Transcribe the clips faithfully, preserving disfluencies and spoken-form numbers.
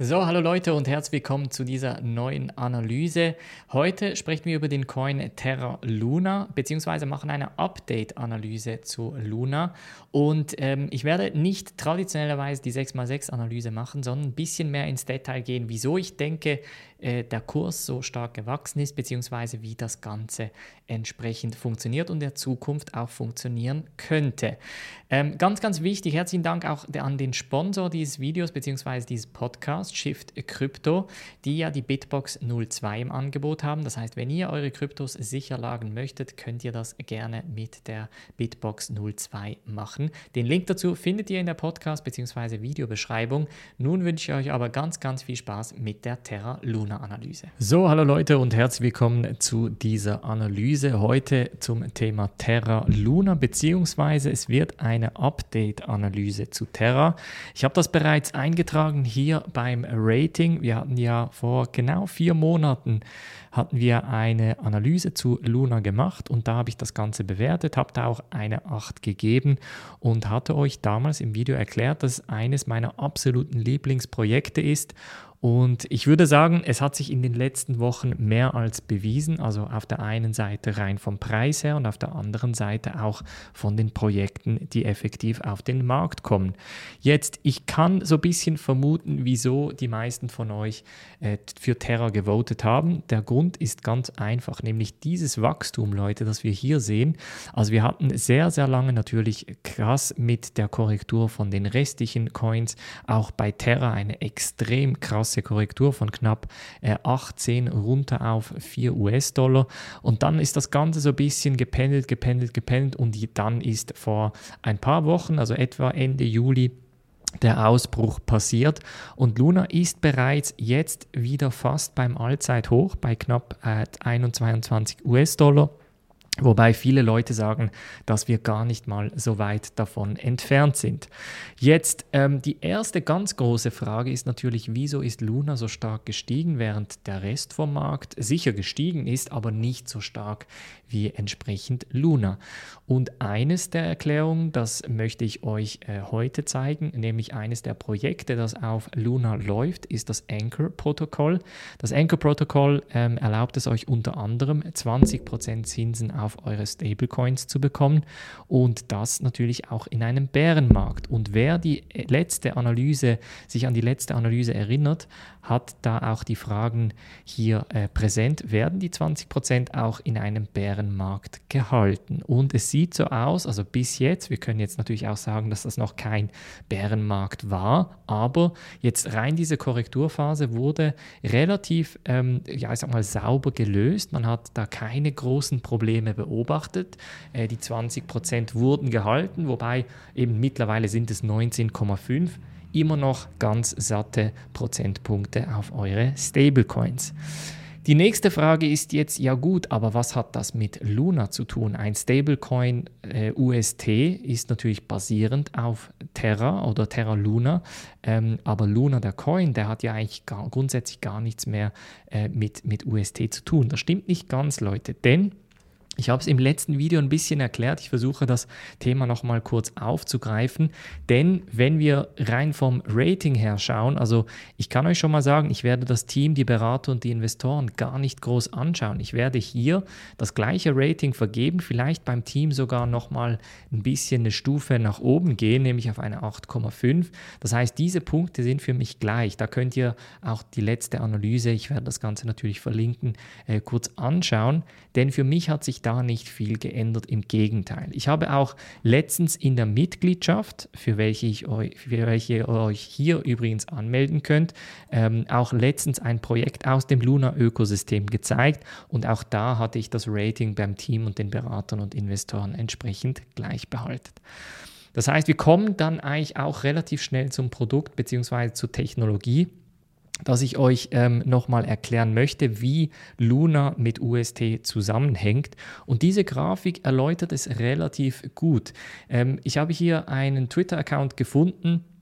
So, hallo Leute und herzlich willkommen zu dieser neuen Analyse. Heute sprechen wir über den Coin Terra Luna beziehungsweise machen eine Update-Analyse zu Luna. Und ähm, ich werde nicht traditionellerweise die sechs mal sechs Analyse machen, sondern ein bisschen mehr ins Detail gehen, wieso ich denke, äh, der Kurs so stark gewachsen ist, beziehungsweise wie das Ganze entsprechend funktioniert und in der Zukunft auch funktionieren könnte. Ähm, ganz, ganz wichtig, herzlichen Dank auch an den Sponsor dieses Videos beziehungsweise dieses Podcasts, Shift Crypto, die ja die Bitbox null zwei im Angebot haben. Das heißt, wenn ihr eure Kryptos sicher lagern möchtet, könnt ihr das gerne mit der Bitbox null zwei machen. Den Link dazu findet ihr in der Podcast- bzw. Videobeschreibung. Nun wünsche ich euch aber ganz, ganz viel Spaß mit der Terra Luna Analyse. So, hallo Leute und herzlich willkommen zu dieser Analyse. Heute zum Thema Terra Luna, beziehungsweise es wird eine Update-Analyse zu Terra. Ich habe das bereits eingetragen hier beim Rating. Wir hatten ja vor genau vier Monaten hatten wir eine Analyse zu Luna gemacht und da habe ich das Ganze bewertet, habe da auch eine acht gegeben und hatte euch damals im Video erklärt, dass es eines meiner absoluten Lieblingsprojekte ist. Und ich würde sagen, es hat sich in den letzten Wochen mehr als bewiesen, also auf der einen Seite rein vom Preis her und auf der anderen Seite auch von den Projekten, die effektiv auf den Markt kommen. Jetzt, ich kann so ein bisschen vermuten, wieso die meisten von euch äh, für Terra gewotet haben. Der Grund ist ganz einfach, nämlich dieses Wachstum, Leute, das wir hier sehen. Also wir hatten sehr, sehr lange natürlich krass mit der Korrektur von den restlichen Coins, auch bei Terra eine extrem krasse Korrektur von knapp äh, achtzehn runter auf vier US-Dollar und dann ist das Ganze so ein bisschen gependelt, gependelt, gependelt und dann ist vor ein paar Wochen, also etwa Ende Juli, der Ausbruch passiert und Luna ist bereits jetzt wieder fast beim Allzeithoch bei knapp äh, einundzwanzig US-Dollar. Wobei viele Leute sagen, dass wir gar nicht mal so weit davon entfernt sind. Jetzt ähm, die erste ganz große Frage ist natürlich, wieso ist Luna so stark gestiegen, während der Rest vom Markt sicher gestiegen ist, aber nicht so stark wie entsprechend Luna. Und eines der Erklärungen, das möchte ich euch äh, heute zeigen, nämlich eines der Projekte, das auf Luna läuft, ist das Anchor-Protokoll. Das Anchor-Protokoll ähm, erlaubt es euch unter anderem zwanzig Prozent Zinsen auf eure Stablecoins zu bekommen und das natürlich auch in einem Bärenmarkt. Und wer die letzte Analyse, sich an die letzte Analyse erinnert, hat da auch die Fragen hier äh, präsent, werden die zwanzig Prozent auch in einem Bärenmarkt gehalten. Und es sieht so aus, also bis jetzt, wir können jetzt natürlich auch sagen, dass das noch kein Bärenmarkt war, aber jetzt rein diese Korrekturphase wurde relativ, ähm, ja ich sag mal, sauber gelöst. Man hat da keine großen Probleme beobachtet. Äh, die zwanzig Prozent wurden gehalten, wobei eben mittlerweile sind es neunzehn Komma fünf. Immer noch ganz satte Prozentpunkte auf eure Stablecoins. Die nächste Frage ist jetzt, ja gut, aber was hat das mit Luna zu tun? Ein Stablecoin äh, U S T ist natürlich basierend auf Terra oder Terra Luna, ähm, aber Luna, der Coin, der hat ja eigentlich gar, grundsätzlich gar nichts mehr äh, mit, mit U S T zu tun. Das stimmt nicht ganz, Leute, denn ich habe es im letzten Video ein bisschen erklärt, ich versuche das Thema nochmal kurz aufzugreifen, denn wenn wir rein vom Rating her schauen, also ich kann euch schon mal sagen, ich werde das Team, die Berater und die Investoren gar nicht groß anschauen. Ich werde hier das gleiche Rating vergeben, vielleicht beim Team sogar nochmal ein bisschen eine Stufe nach oben gehen, nämlich auf eine acht Komma fünf. Das heißt, diese Punkte sind für mich gleich. Da könnt ihr auch die letzte Analyse, ich werde das Ganze natürlich verlinken, äh, kurz anschauen, denn für mich hat sich da nicht viel geändert, im Gegenteil. Ich habe auch letztens in der Mitgliedschaft, für welche, ich euch, für welche ihr euch hier übrigens anmelden könnt, ähm, auch letztens ein Projekt aus dem Luna-Ökosystem gezeigt und auch da hatte ich das Rating beim Team und den Beratern und Investoren entsprechend gleich behalten. Das heißt, wir kommen dann eigentlich auch relativ schnell zum Produkt bzw. zur Technologie, dass ich euch ähm, nochmal erklären möchte, wie Luna mit U S T zusammenhängt. Und diese Grafik erläutert es relativ gut. Ähm, ich habe hier einen Twitter-Account gefunden,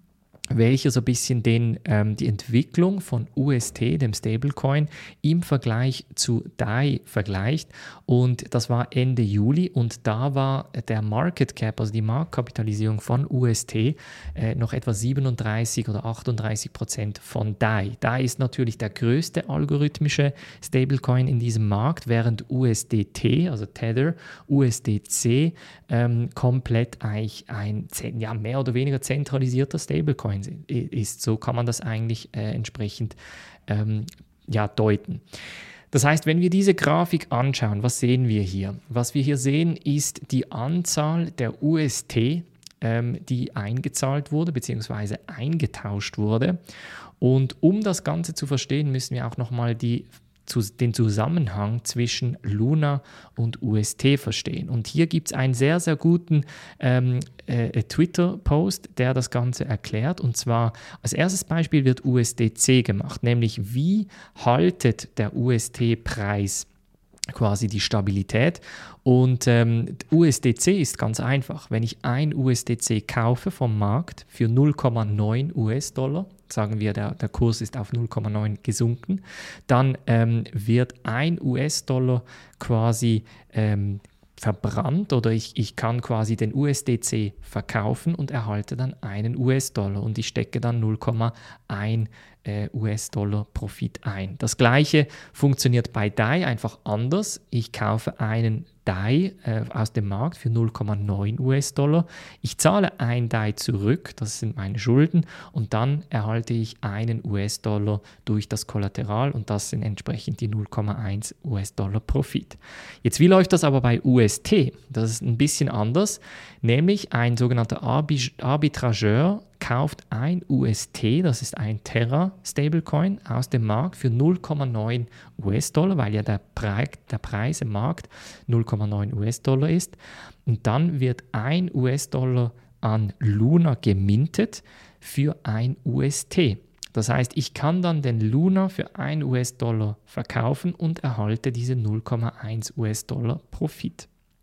welcher so ein bisschen den, ähm, die Entwicklung von U S T, dem Stablecoin, im Vergleich zu D A I vergleicht. Und das war Ende Juli und da war der Market Cap, also die Marktkapitalisierung von U S T, äh, noch etwa siebenunddreißig oder achtunddreißig Prozent von D A I. D A I ist natürlich der größte algorithmische Stablecoin in diesem Markt, während U S D T, also Tether, U S D C, ähm, komplett eigentlich ein ja, mehr oder weniger zentralisierter Stablecoin ist. So kann man das eigentlich äh, entsprechend ähm, ja, deuten. Das heißt, wenn wir diese Grafik anschauen, was sehen wir hier? Was wir hier sehen, ist die Anzahl der U S T, ähm, die eingezahlt wurde bzw. eingetauscht wurde. Und um das Ganze zu verstehen, müssen wir auch nochmal die den Zusammenhang zwischen Luna und U S T verstehen. Und hier gibt es einen sehr, sehr guten ähm, äh, Twitter-Post, der das Ganze erklärt. Und zwar als erstes Beispiel wird U S D C gemacht, nämlich wie haltet der U S T-Preis quasi die Stabilität. Und ähm, U S D C ist ganz einfach. Wenn ich ein U S D C kaufe vom Markt für null Komma neun US-Dollar, sagen wir, der, der Kurs ist auf null Komma neun gesunken, dann ähm, wird ein U S-Dollar quasi ähm, verbrannt oder ich, ich kann quasi den U S D C verkaufen und erhalte dann einen U S-Dollar und ich stecke dann null Komma eins äh, U S-Dollar Profit ein. Das gleiche funktioniert bei D A I einfach anders. Ich kaufe einen D A I äh, aus dem Markt für null Komma neun U S-Dollar. Ich zahle ein D A I zurück, das sind meine Schulden, und dann erhalte ich einen U S-Dollar durch das Kollateral und das sind entsprechend die null Komma eins U S-Dollar Profit. Jetzt, wie läuft das aber bei U S T? Das ist ein bisschen anders, nämlich ein sogenannter Arbit- Arbitrageur kauft ein U S T, das ist ein Terra Stablecoin, aus dem Markt für null Komma neun U S-Dollar, weil ja der, Pre- der Preis im Markt null Komma neun U S-Dollar ist. Und dann wird ein U S-Dollar an Luna gemintet für ein U S T. Das heißt, ich kann dann den Luna für ein U S-Dollar verkaufen und erhalte diese null Komma eins U S-Dollar Profit.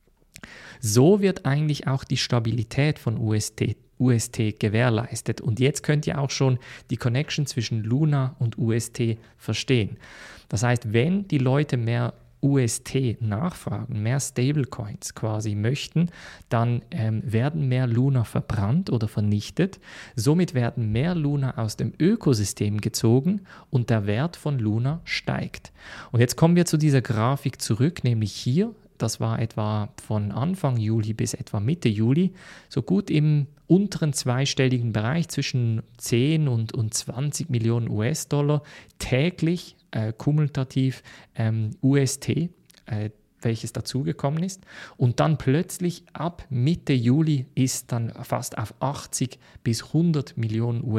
So wird eigentlich auch die Stabilität von U S T U S T gewährleistet. Und jetzt könnt ihr auch schon die Connection zwischen Luna und U S T verstehen. Das heißt, wenn die Leute mehr U S T nachfragen, mehr Stablecoins quasi möchten, dann ähm, werden mehr Luna verbrannt oder vernichtet. Somit werden mehr Luna aus dem Ökosystem gezogen und der Wert von Luna steigt. Und jetzt kommen wir zu dieser Grafik zurück, nämlich hier. Das war etwa von Anfang Juli bis etwa Mitte Juli, so gut im unteren zweistelligen Bereich zwischen zehn und, und zwanzig Millionen U S-Dollar täglich äh, kumulativ ähm, U S T, äh, welches dazugekommen ist. Und dann plötzlich ab Mitte Juli ist dann fast auf achtzig bis hundert Millionen U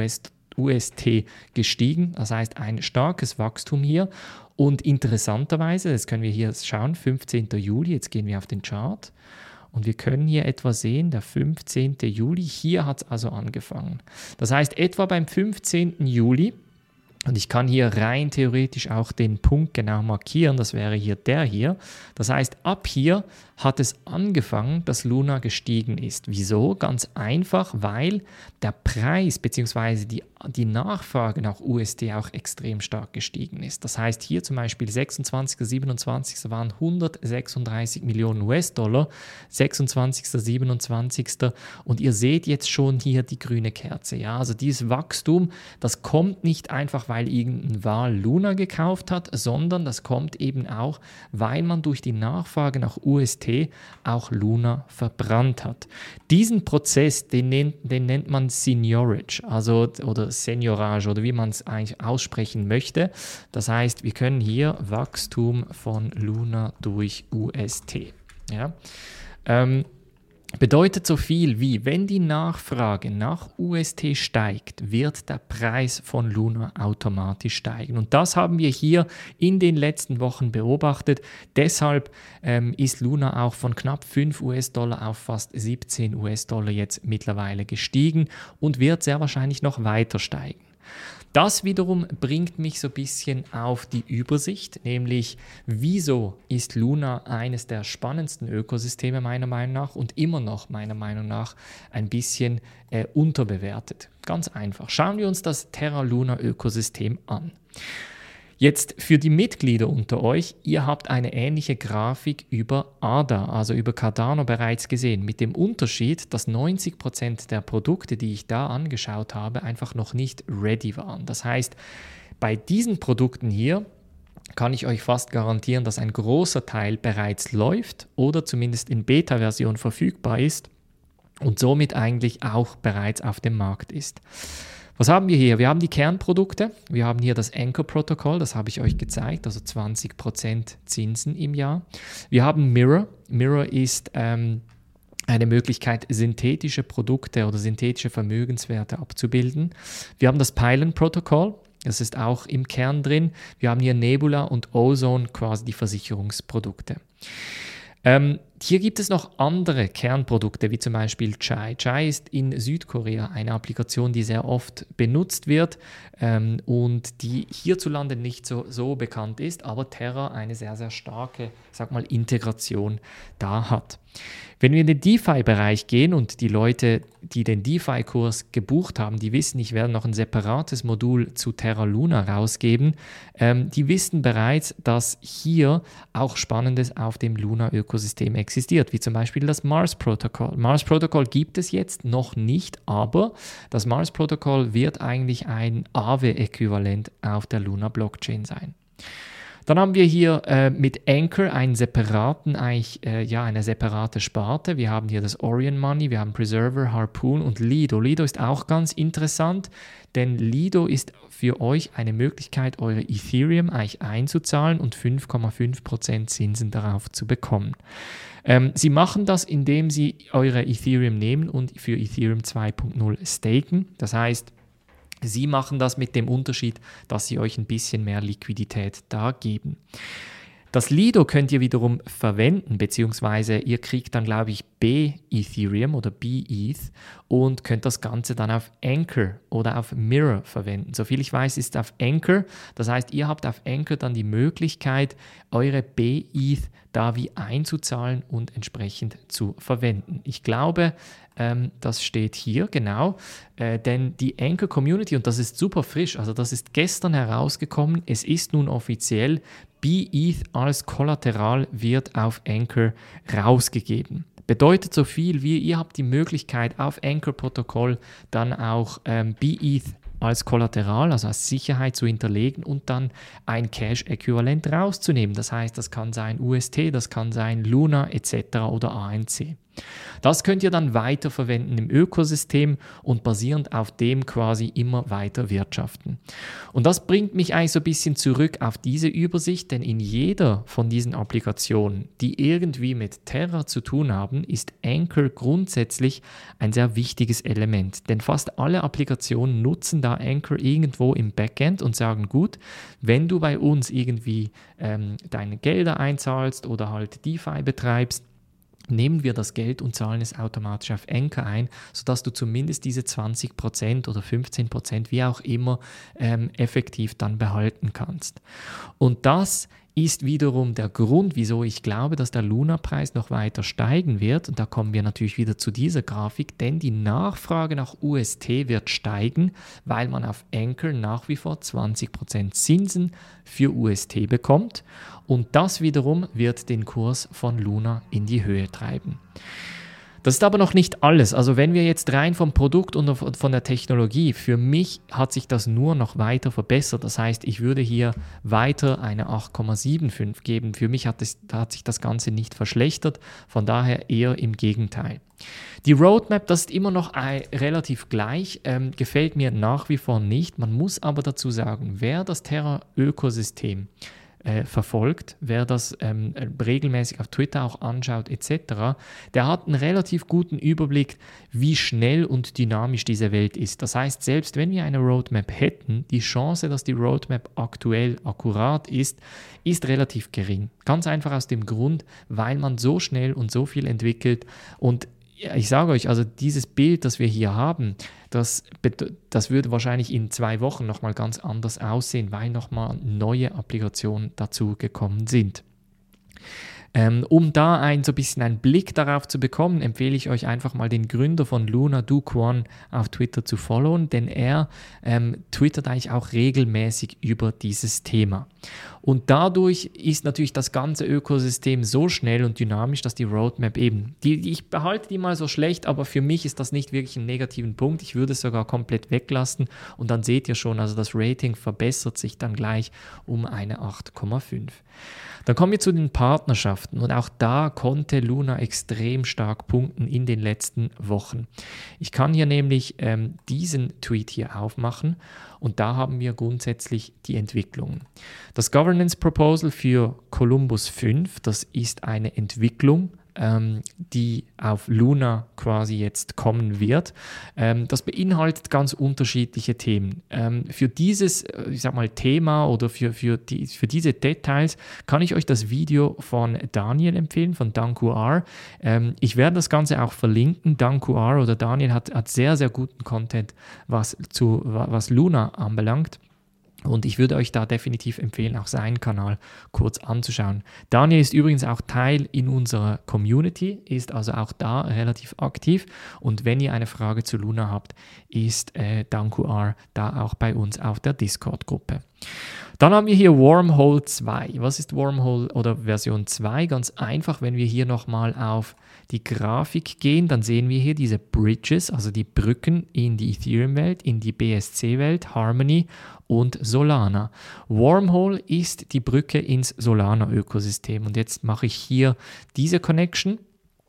S T gestiegen. Das heißt, ein starkes Wachstum hier. Und interessanterweise, das können wir hier schauen, fünfzehnten Juli, jetzt gehen wir auf den Chart. Und wir können hier etwa sehen, der fünfzehnten Juli, hier hat es also angefangen. Das heißt, etwa beim fünfzehnten Juli, und ich kann hier rein theoretisch auch den Punkt genau markieren, das wäre hier der hier. Das heißt, ab hier hat es angefangen, dass Luna gestiegen ist. Wieso? Ganz einfach, weil der Preis bzw. die, die Nachfrage nach U S T auch extrem stark gestiegen ist. Das heißt, hier zum Beispiel sechsundzwanzigsten siebenundzwanzigsten waren hundertsechsunddreißig Millionen U S-Dollar, sechsundzwanzigsten siebenundzwanzigsten und ihr seht jetzt schon hier die grüne Kerze. Ja? Also dieses Wachstum, das kommt nicht einfach, weil irgendein Wal Luna gekauft hat, sondern das kommt eben auch, weil man durch die Nachfrage nach U S T auch Luna verbrannt hat. Diesen Prozess, den nennt, den nennt man Seigniorage, also oder Seigniorage oder wie man es eigentlich aussprechen möchte. Das heißt, wir können hier Wachstum von Luna durch U S T. Ja? Ähm, Bedeutet so viel wie, wenn die Nachfrage nach U S T steigt, wird der Preis von Luna automatisch steigen. Und das haben wir hier in den letzten Wochen beobachtet. Deshalb ähm, ist Luna auch von knapp fünf U S-Dollar auf fast siebzehn U S-Dollar jetzt mittlerweile gestiegen und wird sehr wahrscheinlich noch weiter steigen. Das wiederum bringt mich so ein bisschen auf die Übersicht, nämlich wieso ist Luna eines der spannendsten Ökosysteme meiner Meinung nach und immer noch meiner Meinung nach ein bisschen äh, unterbewertet. Ganz einfach. Schauen wir uns das Terra Luna Ökosystem an. Jetzt für die Mitglieder unter euch, ihr habt eine ähnliche Grafik über A D A, also über Cardano bereits gesehen, mit dem Unterschied, dass neunzig Prozent der Produkte, die ich da angeschaut habe, einfach noch nicht ready waren. Das heißt, bei diesen Produkten hier kann ich euch fast garantieren, dass ein großer Teil bereits läuft oder zumindest in Beta-Version verfügbar ist und somit eigentlich auch bereits auf dem Markt ist. Was haben wir hier? Wir haben die Kernprodukte, wir haben hier das Anchor-Protokoll, das habe ich euch gezeigt, also zwanzig Prozent Zinsen im Jahr. Wir haben Mirror. Mirror ist ähm, eine Möglichkeit, synthetische Produkte oder synthetische Vermögenswerte abzubilden. Wir haben das Pylon-Protokoll, das ist auch im Kern drin. Wir haben hier Nebula und Ozone, quasi die Versicherungsprodukte. Ähm, hier gibt es noch andere Kernprodukte, wie zum Beispiel Chai. Chai ist in Südkorea eine Applikation, die sehr oft benutzt wird ähm, und die hierzulande nicht so, so bekannt ist, aber Terra eine sehr, sehr starke, sag mal, Integration da hat. Wenn wir in den DeFi-Bereich gehen und die Leute, die den DeFi-Kurs gebucht haben, die wissen, ich werde noch ein separates Modul zu Terra Luna rausgeben, ähm, die wissen bereits, dass hier auch Spannendes auf dem Luna-Ökosystem existiert, wie zum Beispiel das Mars-Protokoll. Mars-Protokoll gibt es jetzt noch nicht, aber das Mars-Protokoll wird eigentlich ein Aave-Äquivalent auf der Luna-Blockchain sein. Dann haben wir hier äh, mit Anchor einen separaten, eigentlich, äh, ja, eine separate Sparte. Wir haben hier das Orion Money, wir haben Preserver, Harpoon und Lido. Lido ist auch ganz interessant, denn Lido ist für euch eine Möglichkeit, eure Ethereum eigentlich einzuzahlen und fünf Komma fünf Prozent Zinsen darauf zu bekommen. Ähm, sie machen das, indem sie eure Ethereum nehmen und für Ethereum zwei Punkt null staken. Das heißt, sie machen das mit dem Unterschied, dass sie euch ein bisschen mehr Liquidität da geben. Das Lido könnt ihr wiederum verwenden, beziehungsweise ihr kriegt dann, glaube ich, B-Ethereum oder B-E T H und könnt das Ganze dann auf Anchor oder auf Mirror verwenden. Soviel ich weiß, ist es auf Anchor. Das heißt, ihr habt auf Anchor dann die Möglichkeit, eure B-E T H da wie einzuzahlen und entsprechend zu verwenden. Ich glaube, ähm, das steht hier, genau, äh, denn die Anchor Community, und das ist super frisch, also das ist gestern herausgekommen, es ist nun offiziell, B E T H als Kollateral wird auf Anchor rausgegeben. Bedeutet so viel wie, ihr habt die Möglichkeit auf Anchor-Protokoll dann auch ähm, B E T H als Kollateral, also als Sicherheit zu hinterlegen und dann ein Cash-Äquivalent rauszunehmen. Das heißt, das kann sein U S T, das kann sein Luna et cetera oder A N C. Das könnt ihr dann weiterverwenden im Ökosystem und basierend auf dem quasi immer weiter wirtschaften. Und das bringt mich eigentlich so ein bisschen zurück auf diese Übersicht, denn in jeder von diesen Applikationen, die irgendwie mit Terra zu tun haben, ist Anchor grundsätzlich ein sehr wichtiges Element. Denn fast alle Applikationen nutzen da Anchor irgendwo im Backend und sagen, gut, wenn du bei uns irgendwie ähm, deine Gelder einzahlst oder halt DeFi betreibst, nehmen wir das Geld und zahlen es automatisch auf Anchor ein, sodass du zumindest diese zwanzig Prozent oder fünfzehn Prozent, wie auch immer, ähm, effektiv dann behalten kannst. Und das ist wiederum der Grund, wieso ich glaube, dass der Luna-Preis noch weiter steigen wird. Und da kommen wir natürlich wieder zu dieser Grafik, denn die Nachfrage nach U S T wird steigen, weil man auf Anchor nach wie vor zwanzig Prozent Zinsen für U S T bekommt. Und das wiederum wird den Kurs von Luna in die Höhe treiben. Das ist aber noch nicht alles. Also wenn wir jetzt rein vom Produkt und von der Technologie, für mich hat sich das nur noch weiter verbessert. Das heißt, ich würde hier weiter eine acht Komma fünfundsiebzig geben. Für mich hat, es, hat sich das Ganze nicht verschlechtert, von daher eher im Gegenteil. Die Roadmap, das ist immer noch relativ gleich, ähm, gefällt mir nach wie vor nicht. Man muss aber dazu sagen, wer das Terra-Ökosystem Äh, verfolgt, wer das ähm, regelmäßig auf Twitter auch anschaut et cetera, der hat einen relativ guten Überblick, wie schnell und dynamisch diese Welt ist. Das heißt, selbst wenn wir eine Roadmap hätten, die Chance, dass die Roadmap aktuell akkurat ist, ist relativ gering. Ganz einfach aus dem Grund, weil man so schnell und so viel entwickelt und ich sage euch, also dieses Bild, das wir hier haben, das, das würde wahrscheinlich in zwei Wochen nochmal ganz anders aussehen, weil nochmal neue Applikationen dazu gekommen sind. Ähm, um da ein, so ein bisschen einen Blick darauf zu bekommen, empfehle ich euch einfach mal den Gründer von Luna, Do Kwon, auf Twitter zu followen, denn er ähm, twittert eigentlich auch regelmäßig über dieses Thema. Und dadurch ist natürlich das ganze Ökosystem so schnell und dynamisch, dass die Roadmap eben, die, die, ich behalte die mal so schlecht, aber für mich ist das nicht wirklich ein negativen Punkt. Ich würde es sogar komplett weglassen und dann seht ihr schon, also das Rating verbessert sich dann gleich um eine acht Komma fünf. Dann kommen wir zu den Partnerschaften und auch da konnte Luna extrem stark punkten in den letzten Wochen. Ich kann hier nämlich ähm, diesen Tweet hier aufmachen und da haben wir grundsätzlich die Entwicklungen. Das Governance Proposal für Columbus fünf, das ist eine Entwicklung, ähm, die auf Luna quasi jetzt kommen wird. Ähm, das beinhaltet ganz unterschiedliche Themen. Ähm, für dieses, ich sag mal, Thema oder für, für, die, für diese Details kann ich euch das Video von Daniel empfehlen, von Danku R. Ähm, ich werde das Ganze auch verlinken. Danku R oder Daniel hat, hat sehr, sehr guten Content, was, zu, was Luna anbelangt. Und ich würde euch da definitiv empfehlen, auch seinen Kanal kurz anzuschauen. Daniel ist übrigens auch Teil in unserer Community, ist also auch da relativ aktiv. Und wenn ihr eine Frage zu Luna habt, ist äh, Danku R da auch bei uns auf der Discord-Gruppe. Dann haben wir hier Wormhole zwei. Was ist Wormhole oder Version zwei? Ganz einfach, wenn wir hier nochmal auf die Grafik gehen, dann sehen wir hier diese Bridges, also die Brücken in die Ethereum-Welt, in die B S C-Welt, Harmony und Solana. Wormhole ist die Brücke ins Solana-Ökosystem. Und jetzt mache ich hier diese Connection.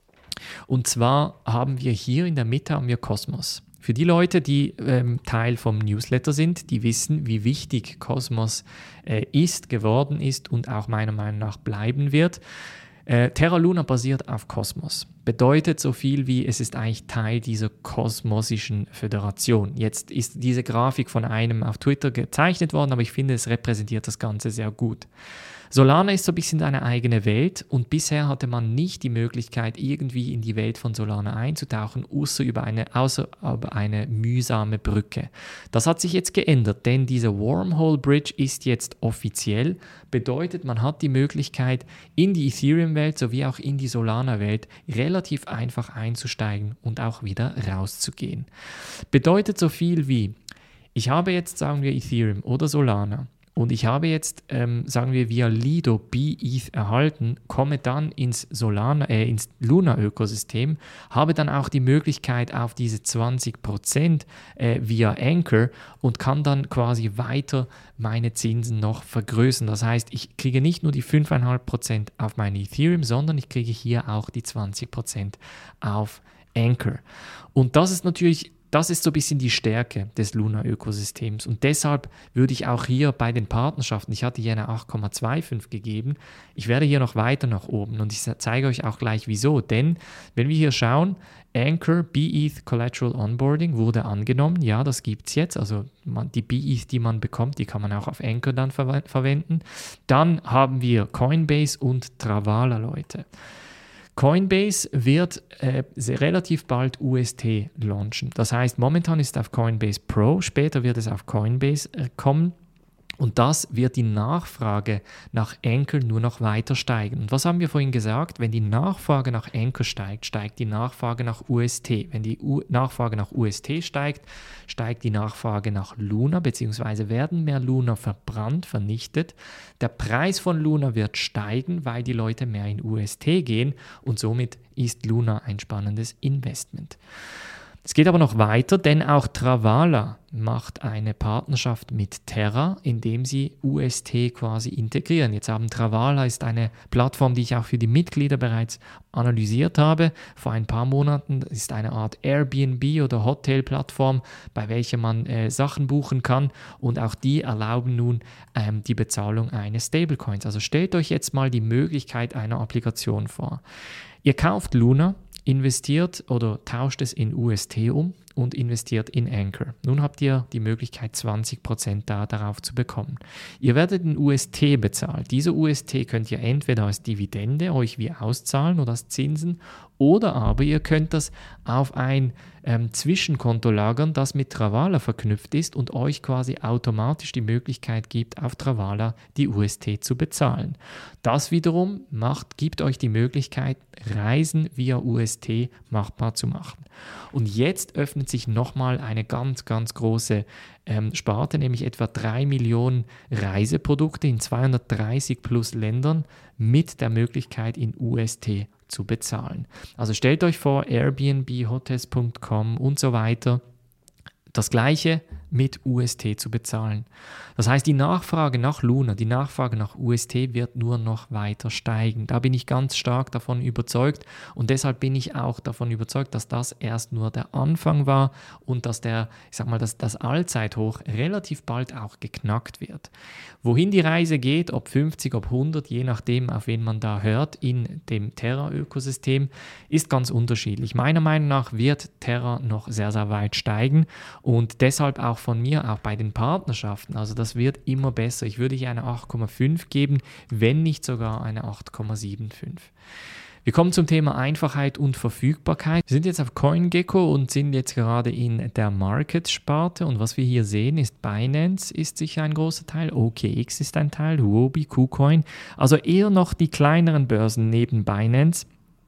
Und zwar haben wir hier in der Mitte haben wir Cosmos. Für die Leute, die ähm, Teil vom Newsletter sind, die wissen, wie wichtig Cosmos äh, ist, geworden ist und auch meiner Meinung nach bleiben wird. Äh, Terra Luna basiert auf Cosmos. Bedeutet so viel wie, es ist eigentlich Teil dieser kosmosischen Föderation. Jetzt ist diese Grafik von einem auf Twitter gezeichnet worden, aber ich finde, es repräsentiert das Ganze sehr gut. Solana ist so ein bisschen eine eigene Welt und bisher hatte man nicht die Möglichkeit, irgendwie in die Welt von Solana einzutauchen, außer über eine, außer über eine mühsame Brücke. Das hat sich jetzt geändert, denn diese Wormhole Bridge ist jetzt offiziell, bedeutet, man hat die Möglichkeit, in die Ethereum-Welt sowie auch in die Solana-Welt relativ einfach einzusteigen und auch wieder rauszugehen. Bedeutet so viel wie, ich habe jetzt, sagen wir, Ethereum oder Solana, und ich habe jetzt, ähm, sagen wir, via Lido B E T H erhalten, komme dann ins Solana, äh, ins Luna-Ökosystem, habe dann auch die Möglichkeit auf diese zwanzig Prozent äh, via Anchor und kann dann quasi weiter meine Zinsen noch vergrößern. Das heißt, ich kriege nicht nur die fünf Komma fünf Prozent auf meine Ethereum, sondern ich kriege hier auch die zwanzig Prozent auf Anchor. Und das ist natürlich Das ist so ein bisschen die Stärke des Luna-Ökosystems und deshalb würde ich auch hier bei den Partnerschaften, ich hatte hier eine acht Komma fünfundzwanzig gegeben, ich werde hier noch weiter nach oben und ich zeige euch auch gleich wieso, denn wenn wir hier schauen, Anchor B E T H Collateral Onboarding wurde angenommen, ja, das gibt es jetzt, also man, die B E T H, die man bekommt, die kann man auch auf Anchor dann ver- verwenden. Dann haben wir Coinbase und Travala, Leute. Coinbase wird äh, relativ bald U S T launchen. Das heißt, momentan ist es auf Coinbase Pro, später wird es auf Coinbase äh, kommen. Und das wird die Nachfrage nach Anchor nur noch weiter steigen. Und was haben wir vorhin gesagt? Wenn die Nachfrage nach Anchor steigt, steigt die Nachfrage nach U S T. Wenn die U- Nachfrage nach U S T steigt, steigt die Nachfrage nach Luna, beziehungsweise werden mehr Luna verbrannt, vernichtet. Der Preis von Luna wird steigen, weil die Leute mehr in U S T gehen und somit ist Luna ein spannendes Investment. Es geht aber noch weiter, denn auch Travala macht eine Partnerschaft mit Terra, indem sie U S T quasi integrieren. Jetzt haben Travala ist eine Plattform, die ich auch für die Mitglieder bereits analysiert habe. Vor ein paar Monaten ist eine Art Airbnb oder Hotel-Plattform, bei welcher man äh, Sachen buchen kann und auch die erlauben nun ähm, die Bezahlung eines Stablecoins. Also stellt euch jetzt mal die Möglichkeit einer Applikation vor. Ihr kauft Luna, investiert oder tauscht es in U S T um und investiert in Anchor. Nun habt ihr die Möglichkeit, zwanzig Prozent da darauf zu bekommen. Ihr werdet in U S T bezahlt. Diese U S T könnt ihr entweder als Dividende euch wie auszahlen oder als Zinsen, oder aber ihr könnt das auf ein ähm, Zwischenkonto lagern, das mit Travala verknüpft ist und euch quasi automatisch die Möglichkeit gibt, auf Travala die U S T zu bezahlen. Das wiederum macht, gibt euch die Möglichkeit, Reisen via U S T machbar zu machen. Und jetzt öffnet sich nochmal eine ganz, ganz große ähm, Sparte, nämlich etwa drei Millionen Reiseprodukte in zweihundertdreißig plus Ländern mit der Möglichkeit, in U S T zu bezahlen. Also stellt euch vor, Airbnb, Hotels Punkt com und so weiter, das gleiche mit U S T zu bezahlen. Das heißt, die Nachfrage nach Luna, die Nachfrage nach U S T wird nur noch weiter steigen. Da bin ich ganz stark davon überzeugt und deshalb bin ich auch davon überzeugt, dass das erst nur der Anfang war und dass der, ich sag mal, dass das Allzeithoch relativ bald auch geknackt wird. Wohin die Reise geht, ob fünfzig, ob hundert, je nachdem, auf wen man da hört in dem Terra-Ökosystem, ist ganz unterschiedlich. Meiner Meinung nach wird Terra noch sehr, sehr weit steigen und deshalb auch von mir, auch bei den Partnerschaften, also das wird immer besser. Ich würde hier eine acht Komma fünf geben, wenn nicht sogar eine acht Komma fünfundsiebzig. Wir kommen zum Thema Einfachheit und Verfügbarkeit. Wir sind jetzt auf CoinGecko und sind jetzt gerade in der Market-Sparte und was wir hier sehen ist, Binance ist sicher ein großer Teil, O K X ist ein Teil, Huobi, KuCoin, also eher noch die kleineren Börsen neben Binance,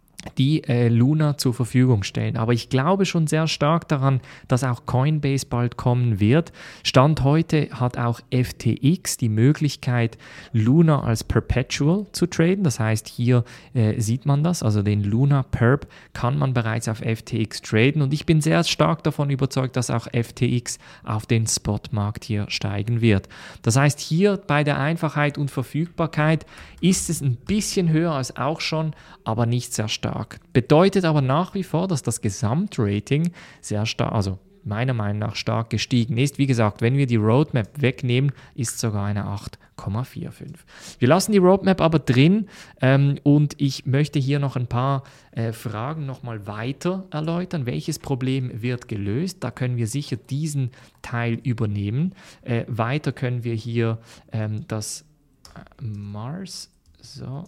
die äh, Luna zur Verfügung stellen. Aber ich glaube schon sehr stark daran, dass auch Coinbase bald kommen wird. Stand heute hat auch F T X die Möglichkeit, Luna als Perpetual zu traden. Das heißt, hier äh, sieht man das, also den Luna Perp kann man bereits auf F T X traden und ich bin sehr stark davon überzeugt, dass auch F T X auf den Spotmarkt hier steigen wird. Das heißt, hier bei der Einfachheit und Verfügbarkeit ist es ein bisschen höher als auch schon, aber nicht sehr stark. Bedeutet aber nach wie vor, dass das Gesamtrating sehr stark, also meiner Meinung nach stark gestiegen ist. Wie gesagt, wenn wir die Roadmap wegnehmen, ist sogar eine acht Komma fünfundvierzig. Wir lassen die Roadmap aber drin ähm, und ich möchte hier noch ein paar äh, Fragen nochmal weiter erläutern. Welches Problem wird gelöst? Da können wir sicher diesen Teil übernehmen. Äh, weiter können wir hier ähm, das äh, Mars, so,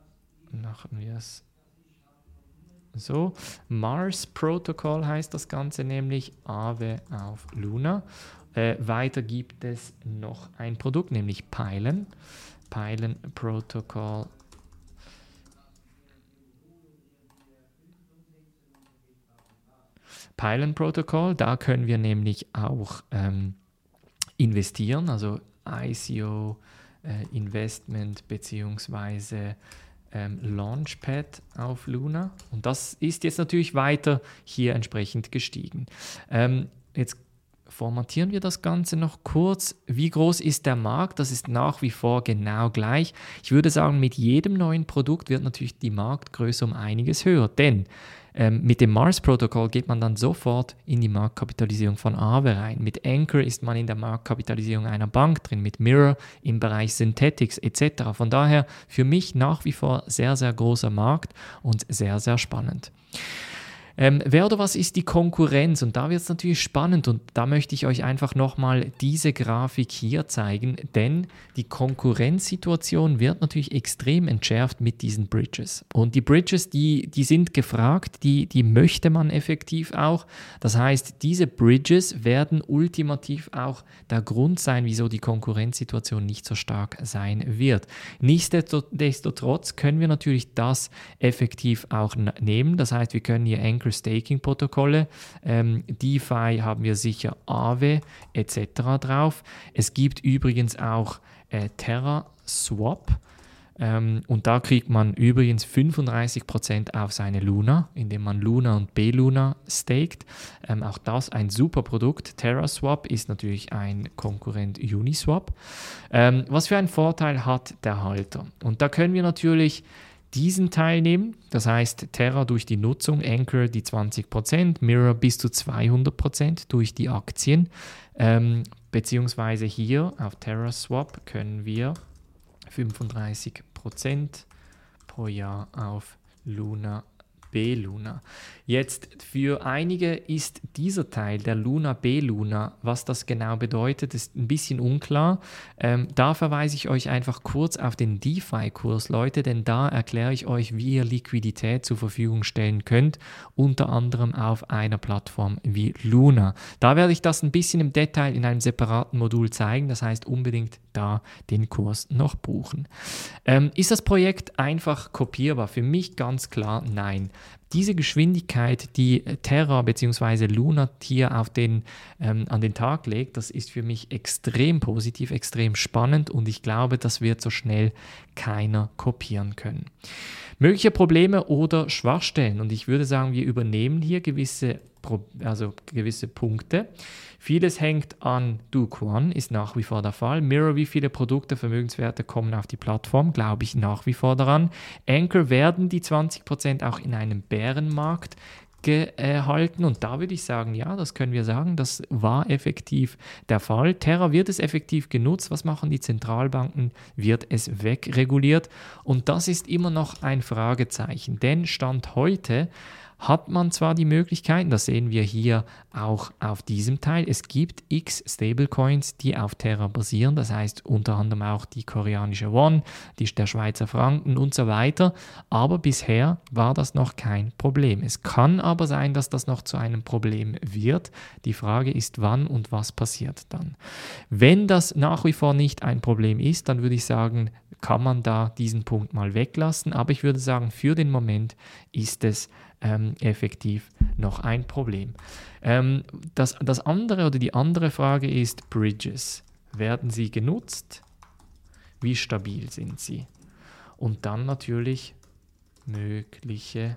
machen wir es. So, Mars Protocol heißt das Ganze nämlich, Aave auf Luna. Äh, weiter gibt es noch ein Produkt, nämlich Pylon. Pylon Protocol. Pylon Protocol, da können wir nämlich auch ähm, investieren, also I C O, äh, Investment beziehungsweise Ähm, Launchpad auf Luna und das ist jetzt natürlich weiter hier entsprechend gestiegen. Ähm, jetzt formatieren wir das Ganze noch kurz. Wie groß ist der Markt? Das ist nach wie vor genau gleich. Ich würde sagen, mit jedem neuen Produkt wird natürlich die Marktgröße um einiges höher, denn Ähm, mit dem Mars-Protokoll geht man dann sofort in die Marktkapitalisierung von Aave rein. Mit Anchor ist man in der Marktkapitalisierung einer Bank drin, mit Mirror im Bereich Synthetics et cetera. Von daher für mich nach wie vor sehr, sehr großer Markt und sehr, sehr spannend. Ähm, wer oder was ist die Konkurrenz? Und da wird es natürlich spannend und da möchte ich euch einfach nochmal diese Grafik hier zeigen, denn die Konkurrenzsituation wird natürlich extrem entschärft mit diesen Bridges. Und die Bridges, die, die sind gefragt, die, die möchte man effektiv auch. Das heißt, diese Bridges werden ultimativ auch der Grund sein, wieso die Konkurrenzsituation nicht so stark sein wird. Nichtsdestotrotz können wir natürlich das effektiv auch nehmen. Das heißt, wir können hier Staking-Protokolle, ähm, DeFi haben wir sicher Aave et cetera drauf. Es gibt übrigens auch äh, TerraSwap ähm, und da kriegt man übrigens fünfunddreißig Prozent auf seine Luna, indem man Luna und B-Luna staked. Ähm, auch das ein super Produkt. TerraSwap ist natürlich ein Konkurrent Uniswap. Ähm, was für einen Vorteil hat der Halter? Und da können wir natürlich diesen Teil nehmen, das heißt Terra durch die Nutzung, Anchor die zwanzig Prozent, Mirror bis zu zweihundert Prozent durch die Aktien, ähm, beziehungsweise hier auf TerraSwap können wir fünfunddreißig Prozent pro Jahr auf Luna B-Luna. Jetzt für einige ist dieser Teil, der Luna B-Luna, was das genau bedeutet, ist ein bisschen unklar. Ähm, da verweise ich euch einfach kurz auf den DeFi-Kurs, Leute, denn da erkläre ich euch, wie ihr Liquidität zur Verfügung stellen könnt, unter anderem auf einer Plattform wie Luna. Da werde ich das ein bisschen im Detail in einem separaten Modul zeigen, das heißt unbedingt da den Kurs noch buchen. Ähm, ist das Projekt einfach kopierbar? Für mich ganz klar nein. Diese Geschwindigkeit, die Terra bzw. Luna hier auf den, ähm, an den Tag legt, das ist für mich extrem positiv, extrem spannend und ich glaube, das wird so schnell keiner kopieren können. Mögliche Probleme oder Schwachstellen und ich würde sagen, wir übernehmen hier gewisse, also gewisse Punkte. Vieles hängt an Do Kwon, ist nach wie vor der Fall. Mirror, wie viele Produkte, Vermögenswerte kommen auf die Plattform, glaube ich nach wie vor daran. Anchor werden die zwanzig Prozent auch in einem Bärenmarkt gehalten und da würde ich sagen, ja, das können wir sagen, das war effektiv der Fall. Terra wird es effektiv genutzt, was machen die Zentralbanken, wird es wegreguliert und das ist immer noch ein Fragezeichen, denn Stand heute hat man zwar die Möglichkeiten, das sehen wir hier auch auf diesem Teil, es gibt x Stablecoins, die auf Terra basieren, das heißt unter anderem auch die koreanische Won, die, der Schweizer Franken und so weiter, aber bisher war das noch kein Problem. Es kann aber sein, dass das noch zu einem Problem wird. Die Frage ist, wann und was passiert dann. Wenn das nach wie vor nicht ein Problem ist, dann würde ich sagen, kann man da diesen Punkt mal weglassen, aber ich würde sagen, für den Moment ist es Ähm, effektiv noch ein Problem. Ähm, das, das andere oder die andere Frage ist Bridges. Werden sie genutzt? Wie stabil sind sie? Und dann natürlich mögliche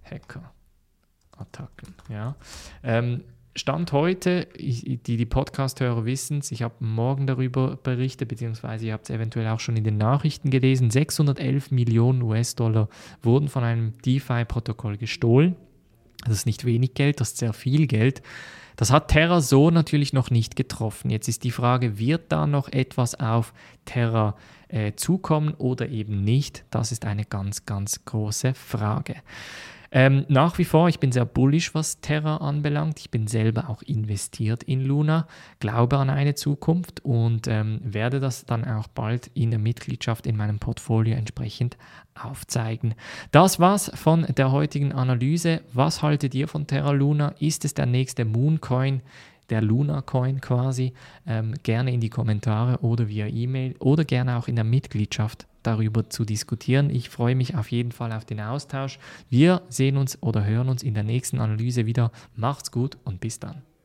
Hacker-Attacken. Ja? Ähm, Stand heute, ich, die, die Podcast-Hörer wissen es, ich habe morgen darüber berichtet, beziehungsweise ihr habt es eventuell auch schon in den Nachrichten gelesen, sechshundertelf Millionen U S-Dollar wurden von einem DeFi-Protokoll gestohlen. Das ist nicht wenig Geld, das ist sehr viel Geld. Das hat Terra so natürlich noch nicht getroffen. Jetzt ist die Frage, wird da noch etwas auf Terra äh, zukommen oder eben nicht? Das ist eine ganz, ganz große Frage. Ähm, nach wie vor, ich bin sehr bullish, was Terra anbelangt. Ich bin selber auch investiert in Luna, glaube an eine Zukunft und ähm, werde das dann auch bald in der Mitgliedschaft in meinem Portfolio entsprechend aufzeigen. Das war's von der heutigen Analyse. Was haltet ihr von Terra Luna? Ist es der nächste Mooncoin? Der Luna Coin quasi, ähm, gerne in die Kommentare oder via E-Mail oder gerne auch in der Mitgliedschaft darüber zu diskutieren. Ich freue mich auf jeden Fall auf den Austausch. Wir sehen uns oder hören uns in der nächsten Analyse wieder. Macht's gut und bis dann.